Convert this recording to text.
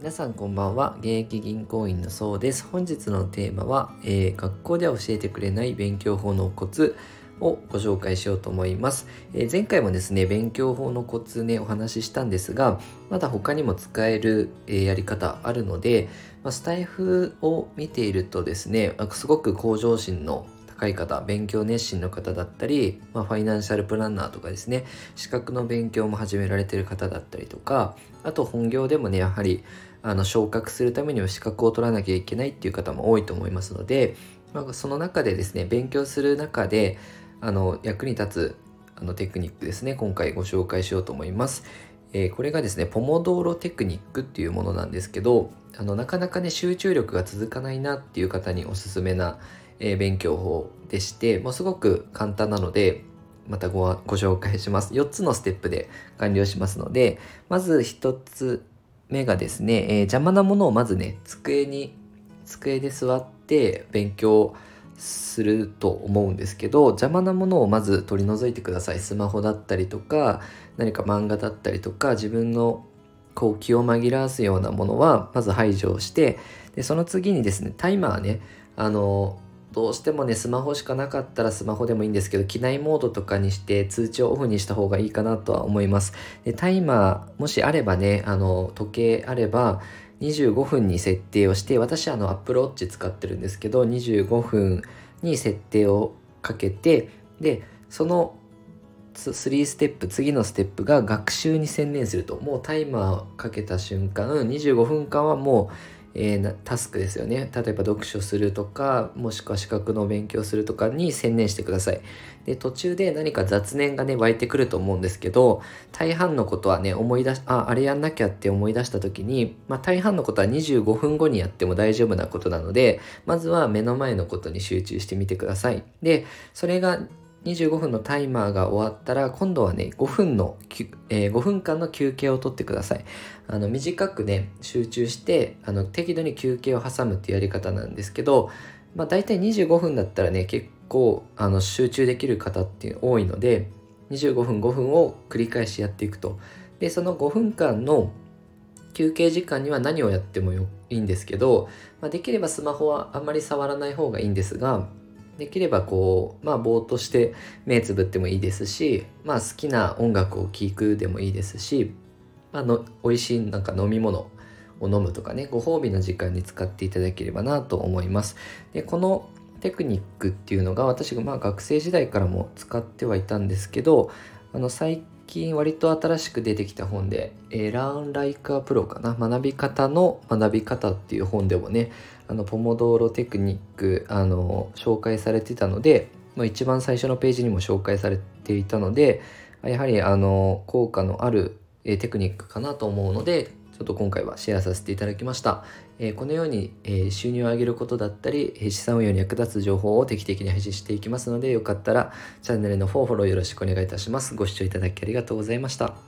皆さんこんばんは。現役銀行員のそうです。本日のテーマは、学校では教えてくれない勉強法のコツをご紹介しようと思います。前回もですね、勉強法のコツね、お話ししたんですが、まだ他にも使える、やり方あるので、スタイフを見ているとですね、すごく向上心の高い方、勉強熱心の方だったり、ファイナンシャルプランナーとかですね、資格の勉強も始められている方だったりとか、あと本業でもね、やはり昇格するためには資格を取らなきゃいけないっていう方も多いと思いますので、その中でですね、勉強する中で役に立つテクニックですね、今回ご紹介しようと思います。これがですね、ポモドーロテクニックっていうものなんですけど、なかなかね、集中力が続かないなっていう方におすすめな、勉強法でして、もうすごく簡単なので、またご紹介します。4つのステップで完了しますので、まず1つ目がですね、邪魔なものをまずね、机で座って勉強すると思うんですけど、邪魔なものをまず取り除いてください。スマホだったりとか、何か漫画だったりとか、自分の気を紛らわすようなものはまず排除して、でその次にですね、タイマーね、どうしてもね、スマホしかなかったらスマホでもいいんですけど、機内モードとかにして通知をオフにした方がいいかなとは思います。でタイマーもしあればね、時計あれば25分に設定をして、私Apple Watch 使ってるんですけど、25分に設定をかけて、でその3ステップ、次のステップが学習に専念すると、もうタイマーをかけた瞬間25分間はもう、タスクですよね。例えば読書するとか、もしくは資格の勉強するとかに専念してください。で途中で何か雑念がね湧いてくると思うんですけど、大半のことはね、あれやんなきゃって思い出した時に、大半のことは25分後にやっても大丈夫なことなので、まずは目の前のことに集中してみてください。でそれが25分のタイマーが終わったら、今度はね、5分間の休憩を取ってください。短くね、集中して、適度に休憩を挟むっていうやり方なんですけど、大体25分だったらね、結構、集中できる方っていう多いので、25分、5分を繰り返しやっていくと。で、その5分間の休憩時間には何をやってもいいんですけど、できればスマホはあんまり触らない方がいいんですが、できればぼーっとして目つぶってもいいですし、好きな音楽を聴くでもいいですし、美味しいなんか飲み物を飲むとかね、ご褒美の時間に使っていただければなと思います。でこのテクニックっていうのが、私が学生時代からも使ってはいたんですけど、最近割と新しく出てきた本で、Learn Like a Pro かな、学び方の学び方っていう本でもね、ポモドーロテクニック紹介されてたので、一番最初のページにも紹介されていたので、やはり効果のあるテクニックかなと思うので、ちょっと今回はシェアさせていただきました。このように収入を上げることだったり、資産運用に役立つ情報を定期的に配信していきますので、よかったらチャンネルのフォローよろしくお願いいたします。ご視聴いただきありがとうございました。